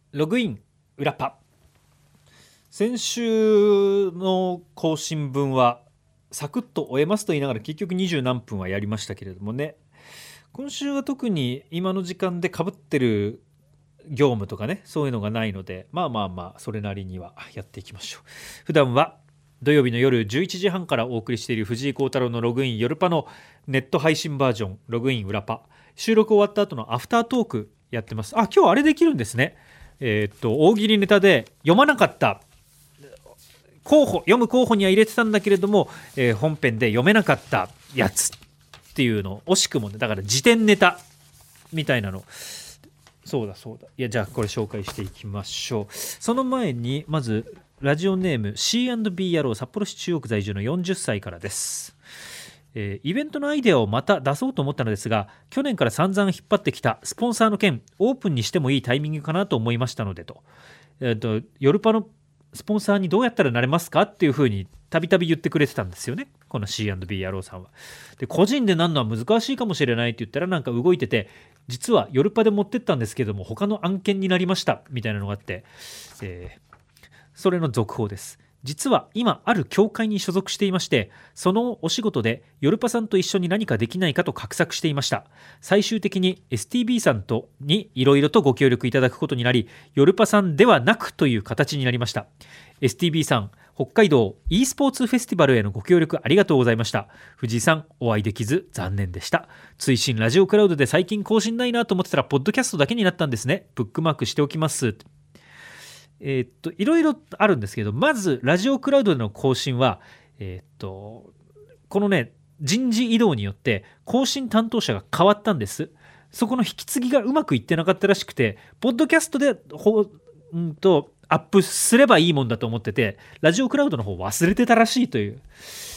ログイン裏パ。先週の更新分はサクッと終えますと言いながら結局20何分はやりましたけれどもね、今週は特に今の時間で被ってる業務とかね、そういうのがないので、まあそれなりにはやっていきましょう。普段は土曜日の夜11時半からお送りしている藤井幸太郎のログイン夜パのネット配信バージョン、ログイン裏パ。収録終わった後のアフタートークやってます。今日あれできるんですね。大喜利ネタで読まなかった読む候補には入れてたんだけれども、本編で読めなかったやつっていうのを惜しくもね、だから辞典ネタみたいなの、そうだいや、じゃあこれ紹介していきましょう。その前にまずラジオネーム C&B 野郎、札幌市中央区在住の40歳からです。イベントのアイデアをまた出そうと思ったのですが、去年から散々引っ張ってきたスポンサーの件、オープンにしてもいいタイミングかなと思いましたのでと、夜パのスポンサーにどうやったらなれますかっていう風にたびたび言ってくれてたんですよね、この C&B 野郎さんは。で、個人でなるのは難しいかもしれないって言ったら、なんか動いてて、実は夜パで持ってったんですけども他の案件になりましたみたいなのがあって、それの続報です。実は今ある協会に所属していまして、そのお仕事でヨルパさんと一緒に何かできないかと画策していました。最終的に STB さんとにいろいろとご協力いただくことになり、ヨルパさんではなくという形になりました。 STB さん、北海道 e スポーツフェスティバルへのご協力ありがとうございました。藤井さん、お会いできず残念でした。追伸ラジオクラウドで最近更新ないなと思ってたらポッドキャストだけになったんですね。ブックマークしておきます。いろいろあるんですけど、まずラジオクラウドでの更新は、このね、人事異動によって更新担当者が変わったんです。そこの引き継ぎがうまくいってなかったらしくて、ポッドキャストでアップすればいいもんだと思ってて、ラジオクラウドの方忘れてたらしいという、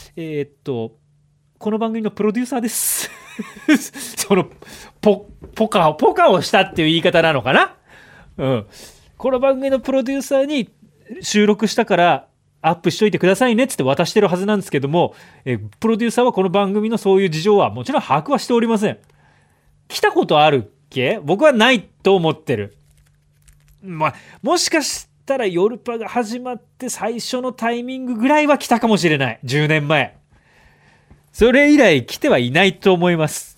この番組のプロデューサーですそのポカをしたっていう言い方なのかな。この番組のプロデューサーに収録したからアップしといてくださいねっつって渡してるはずなんですけども、プロデューサーはこの番組のそういう事情はもちろん把握はしておりません。来たことあるっけ？僕はないと思ってる。もしかしたらヨルパが始まって最初のタイミングぐらいは来たかもしれない。10年前。それ以来来てはいないと思います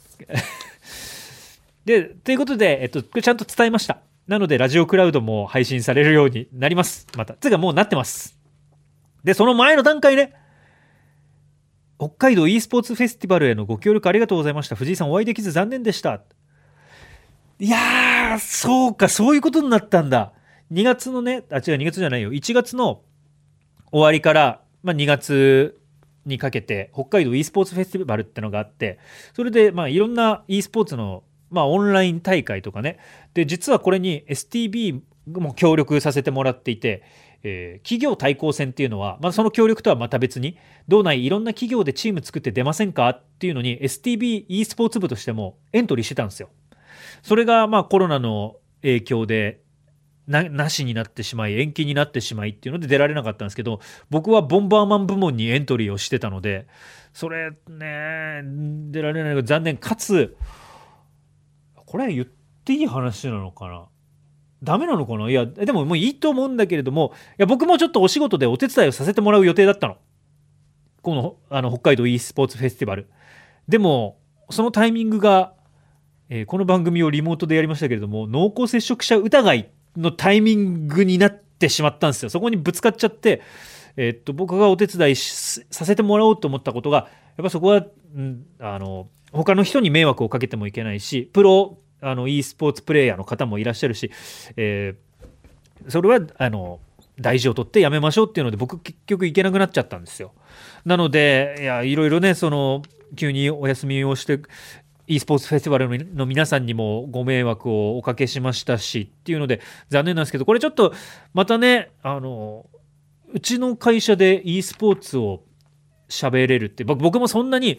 で、ということで、これちゃんと伝えました。なのでラジオクラウドも配信されるようになります。またつうかもうなってます。で、その前の段階ね、北海道 e スポーツフェスティバルへのご協力ありがとうございました。藤井さん、お会いできず残念でした。いやー、そうか、そういうことになったんだ。2月のね、違う、2月じゃないよ、1月の終わりから、2月にかけて北海道 e スポーツフェスティバルってのがあって、それでいろんな e スポーツのオンライン大会とかね、で実はこれに STB も協力させてもらっていて、企業対抗戦っていうのは、その協力とはまた別に道内いろんな企業でチーム作って出ませんかっていうのに STB e スポーツ部としてもエントリーしてたんですよ。それがコロナの影響でなしになってしまい、延期になってしまいっていうので出られなかったんですけど、僕はボンバーマン部門にエントリーをしてたので、それね、出られないのが残念。かつこれ言っていい話なのかな、ダメなのかな。いやでももういいと思うんだけれども、いや僕もちょっとお仕事でお手伝いをさせてもらう予定だったの、この北海道 e スポーツフェスティバルでも。そのタイミングが、この番組をリモートでやりましたけれども、濃厚接触者疑いのタイミングになってしまったんですよ。そこにぶつかっちゃって、僕がお手伝いさせてもらおうと思ったことが、やっぱそこは、他の人に迷惑をかけてもいけないし、プロe スポーツプレーヤーの方もいらっしゃるし、それは大事を取ってやめましょうっていうので、僕結局行けなくなっちゃったんですよ。なのでいろいろね、急にお休みをしてe スポーツフェスティバルの皆さんにもご迷惑をおかけしましたしっていうので残念なんですけど、これちょっとまたね、うちの会社で e スポーツを喋れるって、僕もそんなに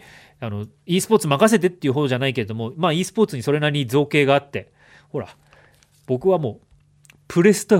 e スポーツ任せてっていう方じゃないけれども、e スポーツにそれなりに造形があって、ほら僕はもうプレステ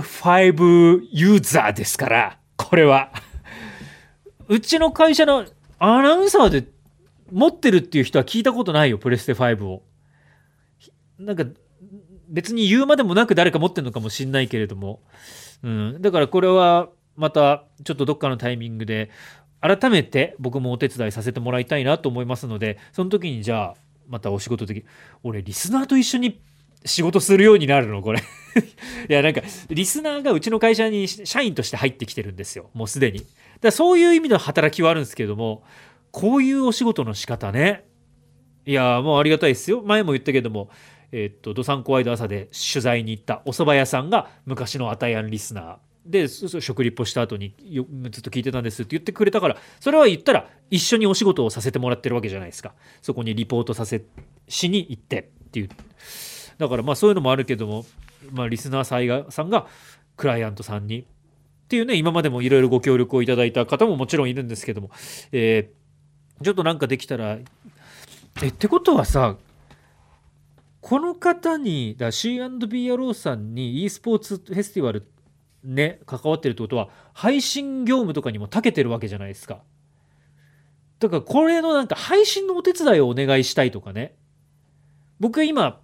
5ユーザーですから、これはうちの会社のアナウンサーで持ってるっていう人は聞いたことないよ、プレステ5を。なんか別に言うまでもなく誰か持ってるのかもしんないけれども、だからこれはまたちょっとどっかのタイミングで改めて僕もお手伝いさせてもらいたいなと思いますので、その時にじゃあまたお仕事的、俺リスナーと一緒に仕事するようになるのこれいやなんかリスナーがうちの会社に社員として入ってきてるんですよ、もうすでに。だからそういう意味の働きはあるんですけども、こういうお仕事の仕方ね、いやもうありがたいですよ。前も言ったけども、どさんこワイド朝で取材に行ったお蕎麦屋さんが昔のアタヤンリスナーで、食リポした後にずっと聞いてたんですって言ってくれたから、それは言ったら一緒にお仕事をさせてもらってるわけじゃないですか。そこにリポートしに行ってっていう。だからまあそういうのもあるけども、まあ、リスナーさんがクライアントさんにっていうね、今までもいろいろご協力をいただいた方ももちろんいるんですけども、ちょっとなんかできたらってことはさ、この方にC&B 野郎さんに e スポーツフェスティバルね関わってるってことは配信業務とかにも長けてるわけじゃないですか。だからこれのなんか配信のお手伝いをお願いしたいとかね。僕は今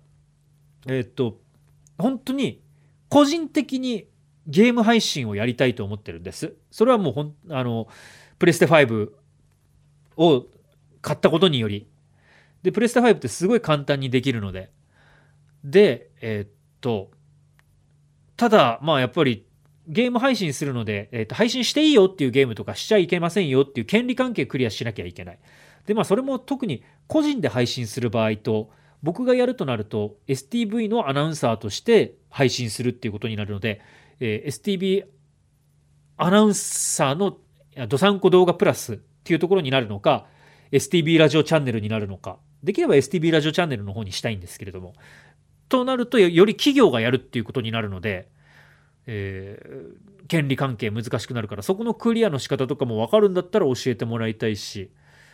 本当に個人的にゲーム配信をやりたいと思ってるんです。それはもうプレステ5を買ったことによりで、プレステ5ってすごい簡単にできるので、ただまあやっぱりゲーム配信するので、配信していいよっていうゲームとかしちゃいけませんよっていう権利関係クリアしなきゃいけない。でまあそれも特に個人で配信する場合と、僕がやるとなると STV のアナウンサーとして配信するっていうことになるので、STV アナウンサーのどさんこ動画プラスっていうところになるのか、STB ラジオチャンネルになるのか、できれば STB ラジオチャンネルの方にしたいんですけれども、となるとより企業がやるっていうことになるので、権利関係難しくなるから、そこのクリアの仕方とかも分かるんだったら教えてもらいたいし、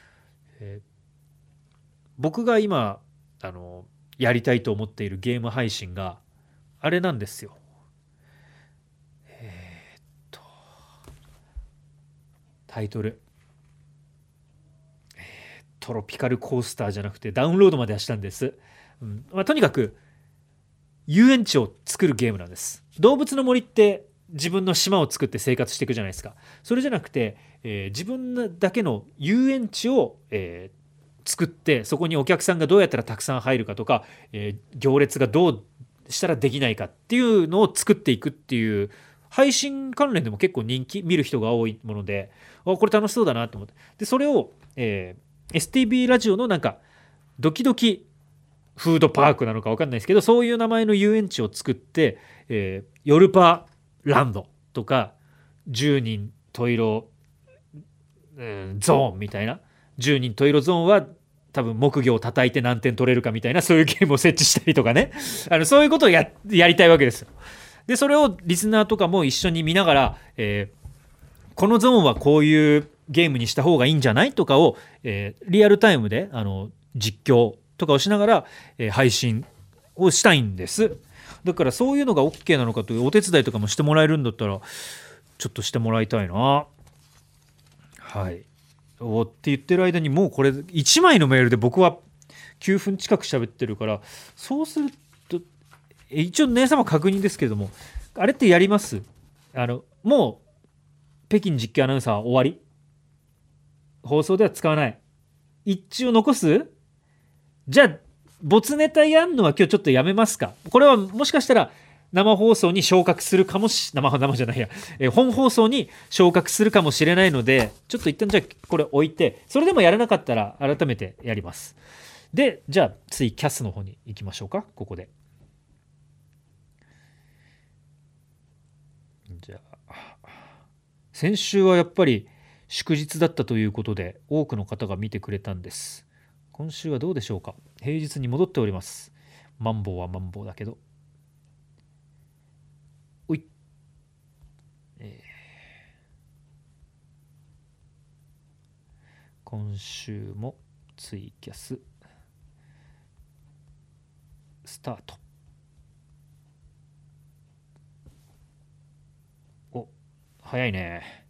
僕が今やりたいと思っているゲーム配信があれなんですよ。タイトルトロピカルコースターじゃなくてダウンロードまではしたんです、とにかく遊園地を作るゲームなんです。動物の森って自分の島を作って生活していくじゃないですか。それじゃなくて、自分だけの遊園地を、作って、そこにお客さんがどうやったらたくさん入るかとか、行列がどうしたらできないかっていうのを作っていくっていう配信関連でも結構人気、見る人が多いもので、これ楽しそうだなと思って、でそれを、STB ラジオのなんかドキドキフードパークなのか分かんないですけど、そういう名前の遊園地を作って、夜パランドとか10人十色、ゾーンみたいな、10人十色ゾーンは多分木魚を叩いて何点取れるかみたいな、そういうゲームを設置したりとかねそういうことをやりたいわけですよ。でそれをリスナーとかも一緒に見ながら、このゾーンはこういうゲームにした方がいいんじゃないとかを、リアルタイムで実況とかをしながら、配信をしたいんです。だからそういうのが OK なのかというお手伝いとかもしてもらえるんだったらちょっとしてもらいたいな。はいって言ってる間にもうこれ1枚のメールで僕は9分近く喋ってるから、そうすると一応姉様確認ですけれども、あれってやります？もう北京実況アナウンサー終わり？放送では使わない？一応残す？じゃあ没ネタやんのは今日ちょっとやめますか？これはもしかしたら生放送に昇格するかも生じゃないや、本放送に昇格するかもしれないので、ちょっと一旦じゃあこれ置いて、それでもやらなかったら改めてやります。でじゃあ次キャスの方に行きましょうか。ここでじゃあ先週はやっぱり祝日だったということで多くの方が見てくれたんです。今週はどうでしょうか。平日に戻っております。マンボウはマンボウだけど、おい、今週もツイキャススタート。お、早いね。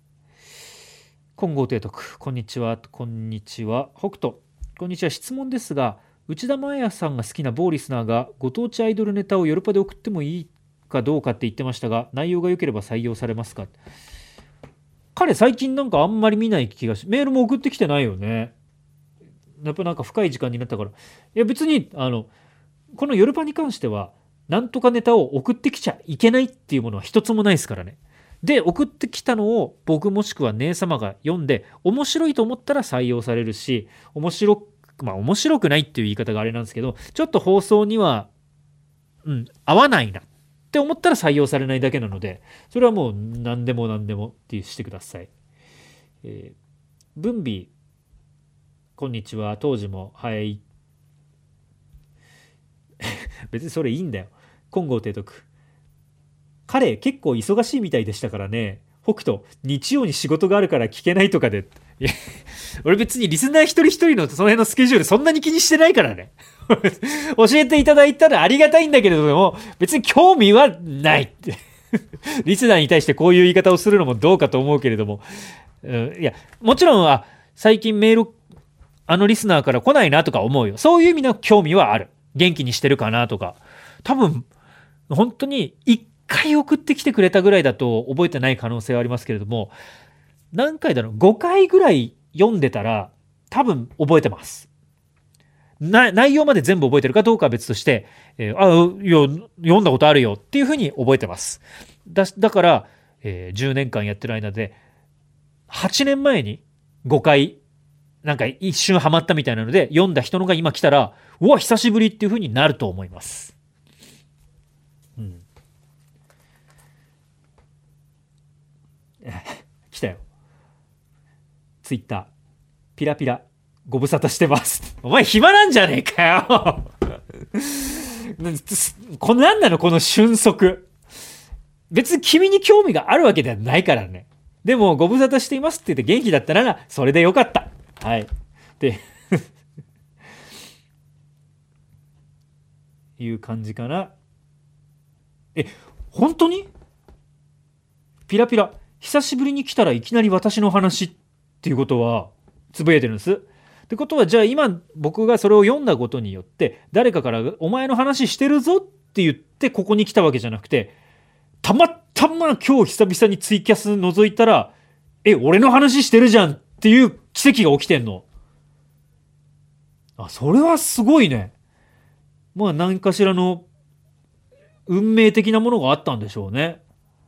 金剛提督、こんにちは。こんにちは。北斗、こんにちは。質問ですが、 内田真礼さんが好きな某リスナーがご当地アイドルネタをヨルパで送ってもいいかどうかって言ってましたが、内容が良ければ採用されますか。彼最近なんかあんまり見ない気がし、メールも送ってきてないよね。やっぱなんか深い時間になったから。いや別にこのヨルパに関してはなんとかネタを送ってきちゃいけないっていうものは一つもないですからね。で送ってきたのを僕もしくは姉様が読んで面白いと思ったら採用されるし、面白くないっていう言い方があれなんですけど、ちょっと放送には合わないなって思ったら採用されないだけなので、それはもう何でもってしてください。分尾こんにちは、当時もはい別にそれいいんだよ。金剛提督、彼結構忙しいみたいでしたからね。北斗日曜に仕事があるから聞けないとかで、いや俺別にリスナー一人一人のその辺のスケジュールそんなに気にしてないからね教えていただいたらありがたいんだけれども、別に興味はないってリスナーに対してこういう言い方をするのもどうかと思うけれども、いやもちろん最近メールリスナーから来ないなとか思うよ。そういう意味の興味はある。元気にしてるかなとか。多分本当に1回送ってきてくれたぐらいだと覚えてない可能性はありますけれども、何回だろう、5回ぐらい読んでたら多分覚えてます。内容まで全部覚えてるかどうかは別として、いや読んだことあるよっていうふうに覚えてます。だから、10年間やってる間で8年前に5回なんか一瞬ハマったみたいなので読んだ人のが今来たら、うわ久しぶりっていう風になると思います。来たよ。ツイッターピラピラご無沙汰してますお前暇なんじゃねえかよなんなのこの瞬足。別に君に興味があるわけではないからね。でもご無沙汰していますって言って元気だったらそれでよかった。はいでいう感じかな。本当にピラピラ久しぶりに来たらいきなり私の話っていうことはつぶやいてるんです。ってことはじゃあ今僕がそれを読んだことによって誰かからお前の話してるぞって言ってここに来たわけじゃなくて、たまたま今日久々にツイキャス覗いたら俺の話してるじゃんっていう奇跡が起きてんの。それはすごいね。何かしらの運命的なものがあったんでしょうね。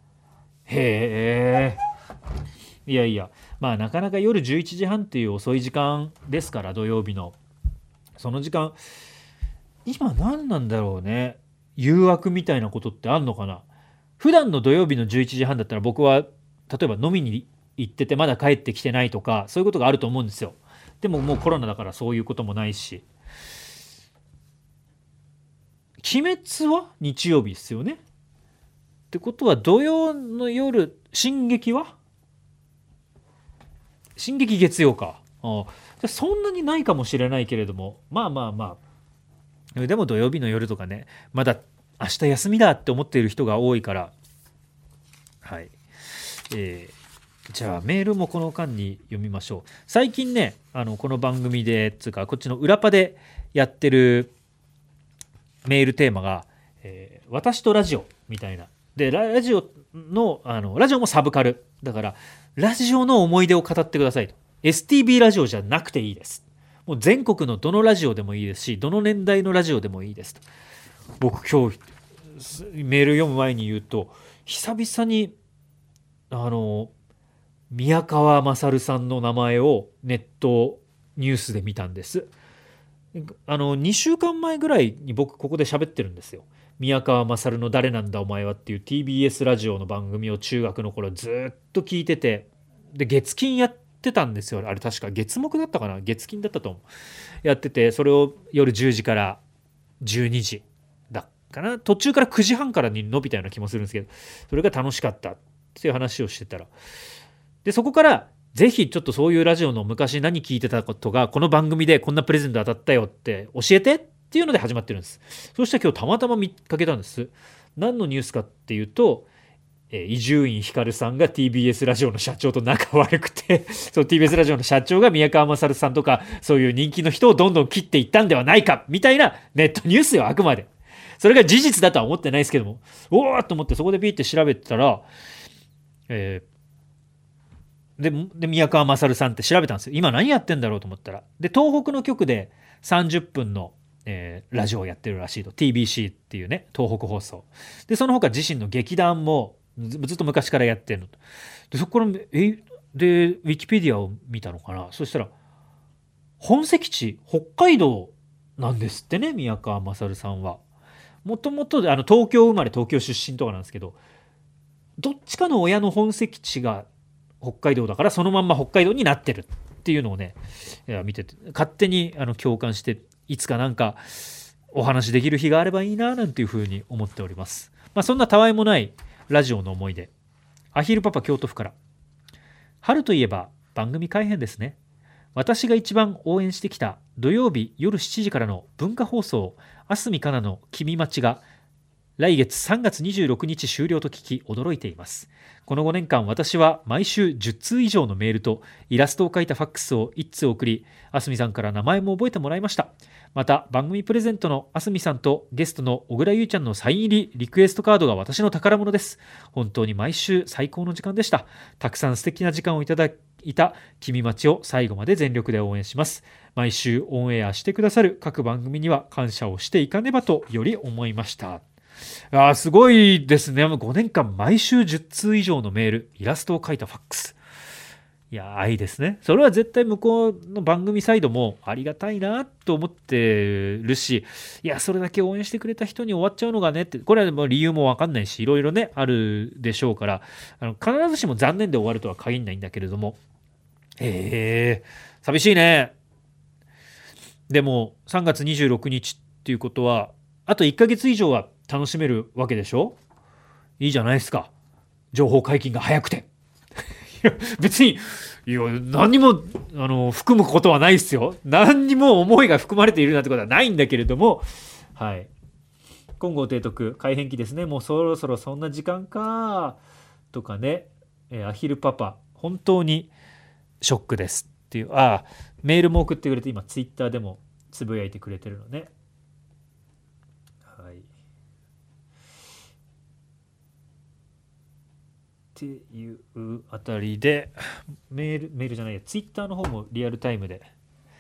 へえ。いやいや、なかなか夜11時半っていう遅い時間ですから、土曜日のその時間今何なんだろうね。誘惑みたいなことってあんのかな。普段の土曜日の11時半だったら僕は例えば飲みに行っててまだ帰ってきてないとかそういうことがあると思うんですよ。でももうコロナだからそういうこともないし、鬼滅は日曜日ですよね。ってことは土曜の夜進撃月曜か。そんなにないかもしれないけれども、でも土曜日の夜とかね、まだ明日休みだって思っている人が多いから、はい。じゃあメールもこの間に読みましょう。最近ね、この番組でつうかこっちの裏パでやってるメールテーマが、私とラジオみたいな。でラジオもサブカルだからラジオの思い出を語ってくださいと。 STB ラジオじゃなくていいです。もう全国のどのラジオでもいいですし、どの年代のラジオでもいいですと。僕今日メール読む前に言うと、久々に宮川勝さんの名前をネットニュースで見たんです。2週間前ぐらいに僕ここで喋ってるんですよ。宮川勝の誰なんだお前はっていう TBS ラジオの番組を中学の頃ずっと聞いてて、で月金やってたんですよ。あれ確か月木だったかな、月金だったと思う。やってて、それを夜10時から12時だかな、途中から9時半からに伸びたような気もするんですけど、それが楽しかったっていう話をしてたら、でそこからぜひちょっとそういうラジオの昔何聞いてたことがこの番組でこんなプレゼント当たったよって教えてっていうので始まってるんです。そして今日たまたま見かけたんです。何のニュースかっていうと、 伊集院光さんが TBS ラジオの社長と仲悪くてそう TBS ラジオの社長が宮川勝さんとかそういう人気の人をどんどん切っていったんではないかみたいなネットニュースよ、あくまで。それが事実だとは思ってないですけども、おーっと思ってそこでピーって調べてたら、で宮川勝さんって調べたんですよ。今何やってんだろうと思ったら、で東北の局で30分のラジオをやってるらしいと。 TBC っていうね、東北放送で、その他自身の劇団もずっと昔からやってるので、そこからでウィキペディアを見たのかな。そしたら本籍地北海道なんですってね、宮川勝さんは。もともと東京生まれ東京出身とかなんですけど、どっちかの親の本籍地が北海道だからそのまんま北海道になってるっていうのをね、見てて勝手に共感して、いつかなんかお話できる日があればいいななんていうふうに思っております。そんなたわいもないラジオの思い出、アヒルパパ京都府から。春といえば番組改編ですね。私が一番応援してきた土曜日夜7時からの文化放送、あすみかなの君待ちが来月3月26日終了と聞き驚いています。この5年間、私は毎週10通以上のメールとイラストを描いたファックスを1通送り、あすみさんから名前も覚えてもらいました。また番組プレゼントのあすみさんとゲストの小倉優ちゃんのサイン入りリクエストカードが私の宝物です。本当に毎週最高の時間でした。たくさん素敵な時間をいただいた君待ちを最後まで全力で応援します。毎週オンエアしてくださる各番組には感謝をしていかねばとより思いました。すごいですね。5年間毎週10通以上のメール、イラストを描いたファックス。いや、愛ですね。それは絶対向こうの番組サイドもありがたいなと思ってるし、いや、それだけ応援してくれた人に終わっちゃうのがねって、これはもう理由もわかんないし、いろいろね、あるでしょうから、必ずしも残念で終わるとは限らないんだけれども、寂しいね。でも、3月26日っていうことは、あと1ヶ月以上は楽しめるわけでしょ。いいじゃないですか。情報解禁が早くて。いや別に何にも含むことはないですよ。何にも思いが含まれているなんてことはないんだけれども、はい。金剛提督改編期ですね。もうそろそろそんな時間かとかね、アヒルパパ本当にショックですっていう、メールも送ってくれて、今ツイッターでもつぶやいてくれてるのね。っていうあたりで、メールじゃないや、ツイッターの方もリアルタイムで、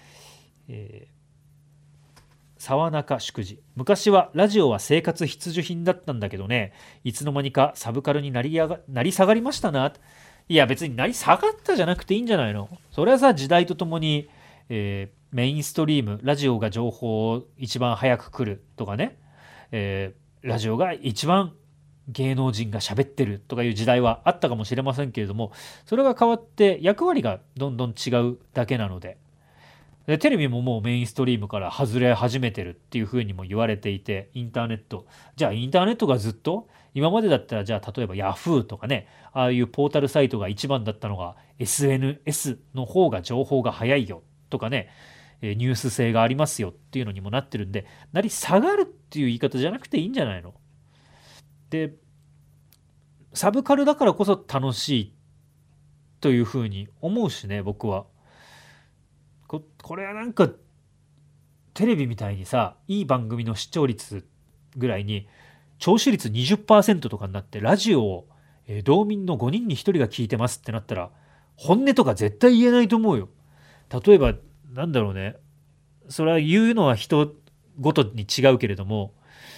沢中祝辞。昔はラジオは生活必需品だったんだけどね、いつの間にかサブカルになり下がりましたな。いや別になり下がったじゃなくていいんじゃないの。それはさ、時代とともに、メインストリーム、ラジオが情報を一番早く来るとかね、ラジオが一番芸能人が喋ってるとかいう時代はあったかもしれませんけれども、それが変わって役割がどんどん違うだけなので、テレビももうメインストリームから外れ始めてるっていうふうにも言われていて、インターネット、じゃあインターネットがずっと今までだったら、じゃあ例えばヤフーとかね、ああいうポータルサイトが一番だったのが SNS の方が情報が早いよとかね、ニュース性がありますよっていうのにもなってるんで、なり下がるっていう言い方じゃなくていいんじゃないの。で、サブカルだからこそ楽しいというふうに思うしね、僕は。これはなんかテレビみたいにさ、いい番組の視聴率ぐらいに聴取率 20% とかになって、ラジオを道民の5人に1人が聞いてますってなったら、本音とか絶対言えないと思うよ。例えばなんだろうね、それは言うのは人ごとに違うけれども、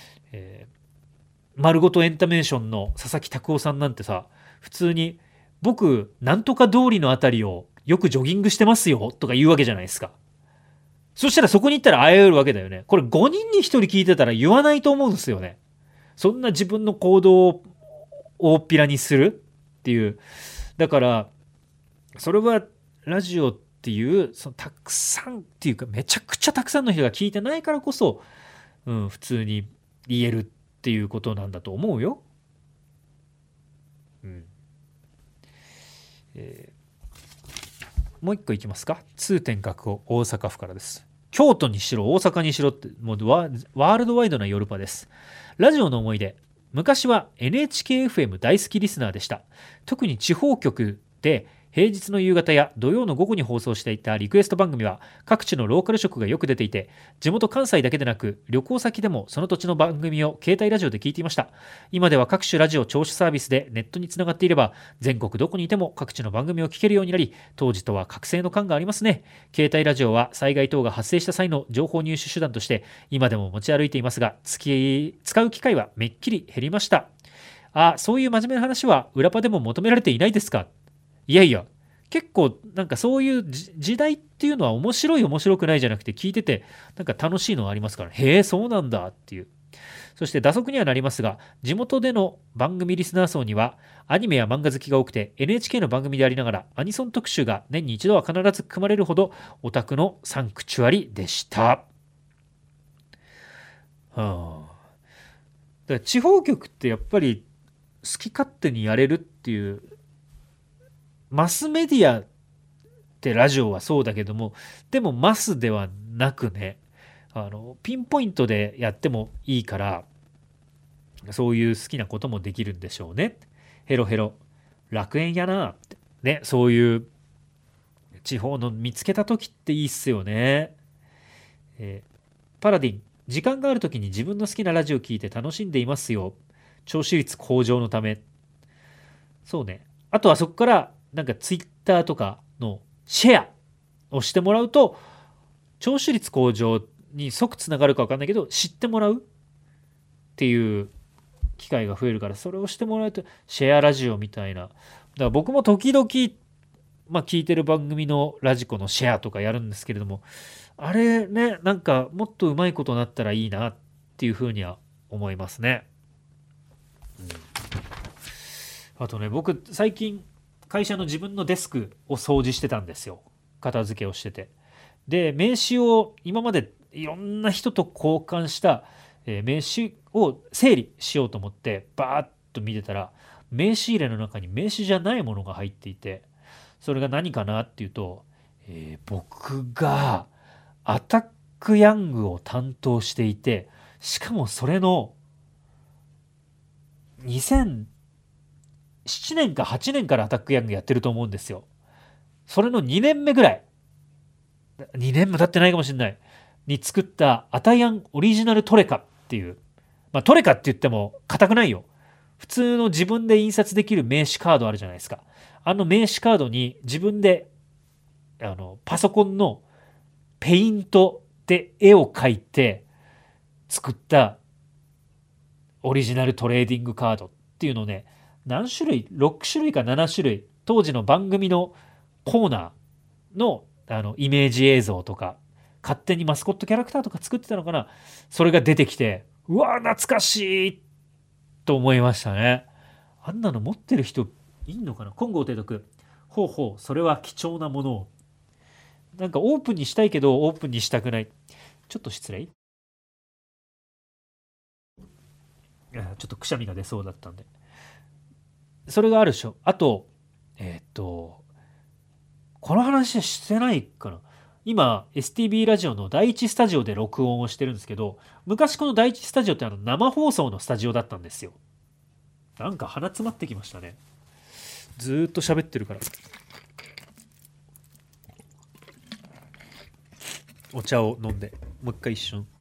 丸ごとエンタメーションの佐々木拓夫さんなんてさ、普通に僕なんとか通りのあたりをよくジョギングしてますよとか言うわけじゃないですか。そしたらそこに行ったら会えるわけだよね。これ5人に1人聞いてたら言わないと思うんですよね。そんな自分の行動を大っぴらにするっていう。だからそれはラジオっていうそのたくさんっていうか、めちゃくちゃたくさんの人が聞いてないからこそ、普通に言えるっていうことなんだと思うよ。もう一個いきますか。通天閣を大阪府からです。京都にしろ大阪にしろってもうワールドワイドなヨルパです。ラジオの思い出。 昔は NHKFM 大好きリスナーでした。特に地方局で平日の夕方や土曜の午後に放送していたリクエスト番組は各地のローカル色がよく出ていて、地元関西だけでなく旅行先でもその土地の番組を携帯ラジオで聞いていました。今では各種ラジオ聴取サービスでネットにつながっていれば全国どこにいても各地の番組を聞けるようになり、当時とは覚醒の感がありますね。携帯ラジオは災害等が発生した際の情報入手手段として今でも持ち歩いていますが、使う機会はめっきり減りました。そういう真面目な話は裏パでも求められていないですか。いやいや、結構なんかそういう時代っていうのは面白い面白くないじゃなくて聞いててなんか楽しいのがありますから、へえそうなんだっていう。そして打足にはなりますが、地元での番組リスナー層にはアニメや漫画好きが多くて NHK の番組でありながらアニソン特集が年に一度は必ず組まれるほどオタクのサンクチュアリでした。だから地方局ってやっぱり好き勝手にやれるっていう、マスメディアってラジオはそうだけども、でもマスではなくね、ピンポイントでやってもいいから、そういう好きなこともできるんでしょうね。ヘロヘロ楽園やなってね、そういう地方の見つけた時っていいっすよね。パラディン、時間がある時に自分の好きなラジオ聞いて楽しんでいますよ。聴取率向上のため。そうね。あとはそこからなんかツイッターとかのシェアをしてもらうと聴取率向上に即つながるか分かんないけど知ってもらうっていう機会が増えるから、それをしてもらうとシェアラジオみたいな。だから僕も時々聞いてる番組のラジコのシェアとかやるんですけれども、あれね、なんかもっとうまいことになったらいいなっていうふうには思いますね。あとね、僕最近会社の自分のデスクを掃除してたんですよ。片付けをしてて。で、名刺を今までいろんな人と交換した、名刺を整理しようと思ってバーッと見てたら、名刺入れの中に名刺じゃないものが入っていて、それが何かなっていうと、僕がアタックヤングを担当していて、しかもそれの2007年か8年からアタックヤングやってると思うんですよ。それの2年目ぐらい、2年も経ってないかもしれないに作ったアタヤンオリジナルトレカっていう、トレカって言っても硬くないよ。普通の自分で印刷できる名刺カードあるじゃないですか。あの名刺カードに自分でパソコンのペイントで絵を描いて作ったオリジナルトレーディングカードっていうのをね、何種類 ?6 種類か7種類、当時の番組のコーナーのイメージ映像とか勝手にマスコットキャラクターとか作ってたのかな、それが出てきて、うわ懐かしいと思いましたね。あんなの持ってる人いんのかな。金剛提督、ほうほう、それは貴重なものを。なんかオープンにしたいけどオープンにしたくない。ちょっと失礼。ちょっとくしゃみが出そうだったんで。それがあるでしょ。あとこの話してないかな。今 STB ラジオの第一スタジオで録音をしてるんですけど、昔この第一スタジオって生放送のスタジオだったんですよ。なんか鼻詰まってきましたね。ずーっと喋ってるから。お茶を飲んでもう一回一瞬。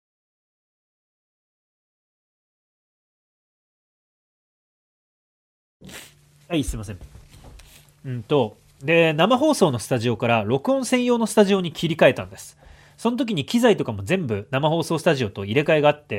はい、すいません。で、生放送のスタジオから録音専用のスタジオに切り替えたんです。その時に機材とかも全部生放送スタジオと入れ替えがあって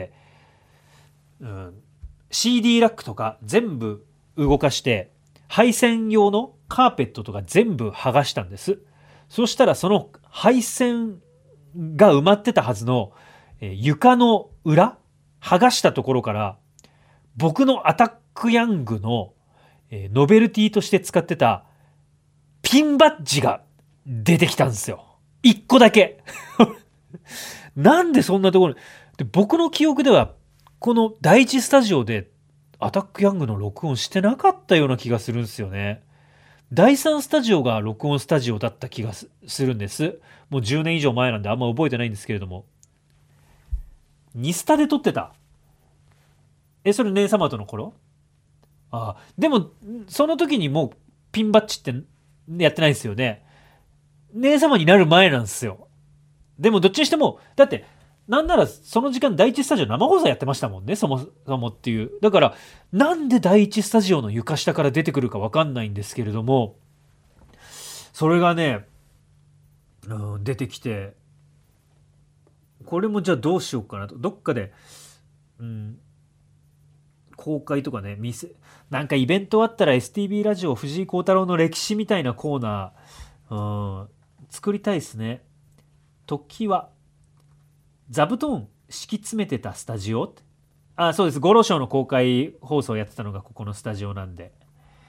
、CD ラックとか全部動かして、配線用のカーペットとか全部剥がしたんです。そしたらその配線が埋まってたはずの、床の裏、剥がしたところから僕のアタックヤングの、ノベルティとして使ってたピンバッジが出てきたんですよ。一個だけ。なんでそんなところで、僕の記憶ではこの第一スタジオでアタックヤングの録音してなかったような気がするんですよね。第3スタジオが録音スタジオだった気がするんです。もう10年以上前なんであんま覚えてないんですけれども、ニスタで撮ってた。 それ姉様との頃？ああ、でも、その時にもうピンバッジってやってないんですよね。姉様になる前なんですよ。でもどっちにしても、だって、なんならその時間第一スタジオ生放送やってましたもんね、そもそもっていう。だから、なんで第一スタジオの床下から出てくるかわかんないんですけれども、それがね、出てきて、これもじゃあどうしようかなと。どっかで、うん、公開とかね、なんかイベントあったら STB ラジオ藤井幸太郎の歴史みたいなコーナー、作りたいですね。時は座布団敷き詰めてたスタジオ。そうです。ゴロショーの公開放送をやってたのがここのスタジオなんで、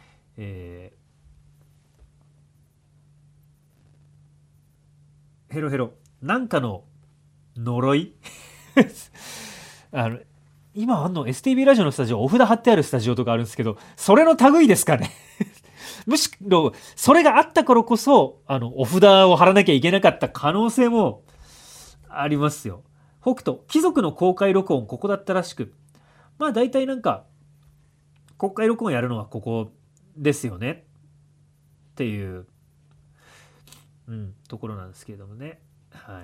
ヘロヘロなんかの呪いあの今あんの STB ラジオのスタジオ、お札貼ってあるスタジオとかあるんですけど、それの類ですかね。むしろそれがあった頃こそお札を貼らなきゃいけなかった可能性もありますよ。北斗貴族の公開録音ここだったらしく、まあ大体なんか公開録音やるのはここですよねっていう、ところなんですけれどもね。はい。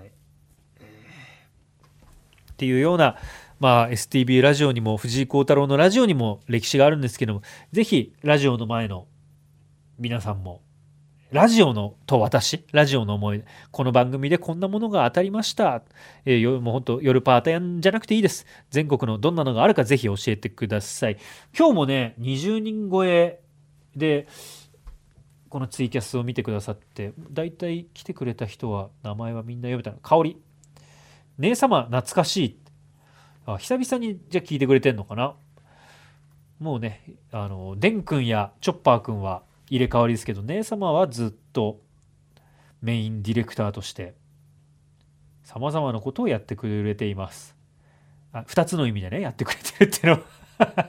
っていうような、STB ラジオにも藤井幸太郎のラジオにも歴史があるんですけども、ぜひラジオの前の皆さんもラジオのと私ラジオの思い、この番組でこんなものが当たりました、もう本当夜パーターンじゃなくていいです。全国のどんなのがあるかぜひ教えてください。今日もね20人超えでこのツイキャスを見てくださって、だいたい来てくれた人は名前はみんな読めたの。香り姉様懐かしい。久々にじゃあ聞いてくれてんのかな。もうねデン君やチョッパー君は入れ替わりですけど、姉様はずっとメインディレクターとしてさまざまなことをやってくれています。2つの意味でねやってくれてるっていうのは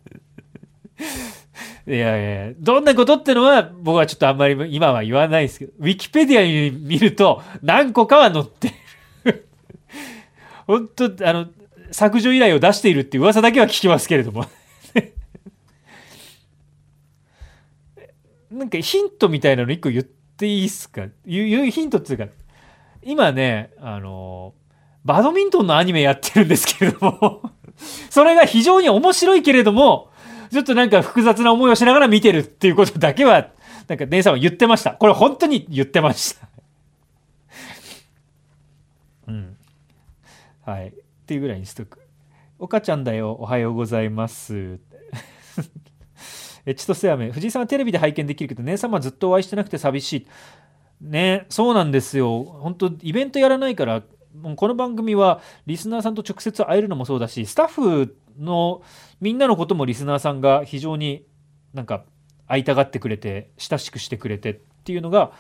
いやいやどんなことってのは僕はちょっとあんまり今は言わないですけど、ウィキペディアに見ると何個かは載ってる本当削除依頼を出しているっていう噂だけは聞きますけれどもなんかヒントみたいなの一個言っていいっすか。ヒントっていうか、今ねバドミントンのアニメやってるんですけれどもそれが非常に面白いけれどもちょっとなんか複雑な思いをしながら見てるっていうことだけはなんか姉さんは言ってました。これ本当に言ってましたはいっていうぐらいにしとく。岡ちゃんだよおはようございます千歳飴藤井さんはテレビで拝見できるけど姉様はずっとお会いしてなくて寂しいね。そうなんですよ。本当イベントやらないから、もうこの番組はリスナーさんと直接会えるのもそうだし、スタッフのみんなのこともリスナーさんが非常になんか会いたがってくれて親しくしてくれてっていうのが、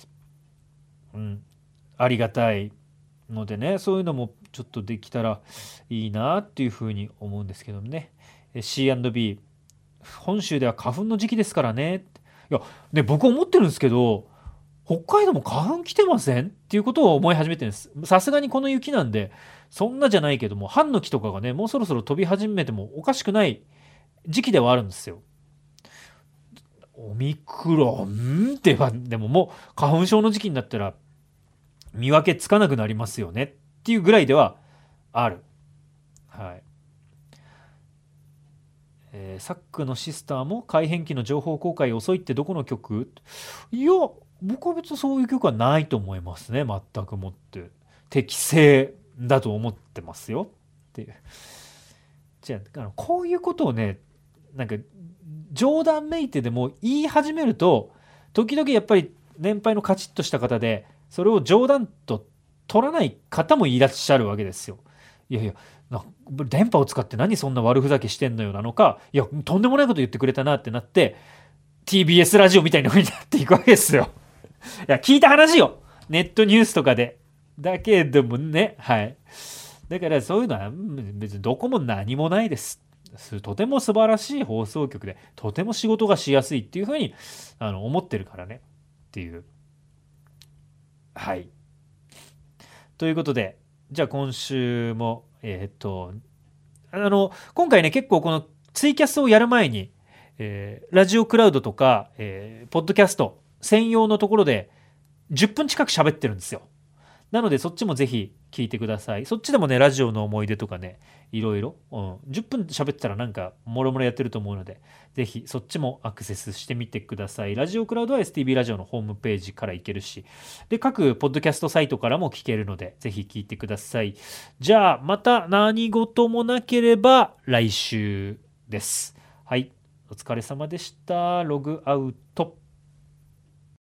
ありがたいのでね、そういうのもちょっとできたらいいなっていうふうに思うんですけどね。C&B 本州では花粉の時期ですからね。いやね、僕思ってるんですけど、北海道も花粉来てませんっていうことを思い始めてるんです。さすがにこの雪なんでそんなじゃないけども、ハンノキとかがねもうそろそろ飛び始めてもおかしくない時期ではあるんですよ。オミクロンってはでももう花粉症の時期になったら見分けつかなくなりますよねっていうぐらいではある。はい。サックのシスターも改変期の情報公開遅いってどこの曲？いや僕は別にそういう曲はないと思いますね。全くもって適正だと思ってますよっていう。じゃあこういうことをねなんか冗談めいてでも言い始めると時々やっぱり年配のカチッとした方でそれを冗談と取らない方もいらっしゃるわけですよ。いやいや電波を使って何そんな悪ふざけしてんのよなのか、いやとんでもないこと言ってくれたなってなって TBS ラジオみたいな風になっていくわけですよ。いや聞いた話よネットニュースとかで。だけどもね、はいだからそういうのは別にどこも何もないです。とても素晴らしい放送局でとても仕事がしやすいっていうふうに思ってるからねっていう。はいということでじゃあ今週も今回ね、結構このツイキャスをやる前に、ラジオクラウドとか、ポッドキャスト専用のところで10分近く喋ってるんですよ。なのでそっちもぜひ聞いてください。そっちでもね、ラジオの思い出とかね、いろいろ、10分喋ってたらなんかもろもろやってると思うので、ぜひそっちもアクセスしてみてください。ラジオクラウドは STB ラジオのホームページから行けるし、で、各ポッドキャストサイトからも聞けるので、ぜひ聞いてください。じゃあ、また何事もなければ来週です。はい、お疲れ様でした。ログアウト。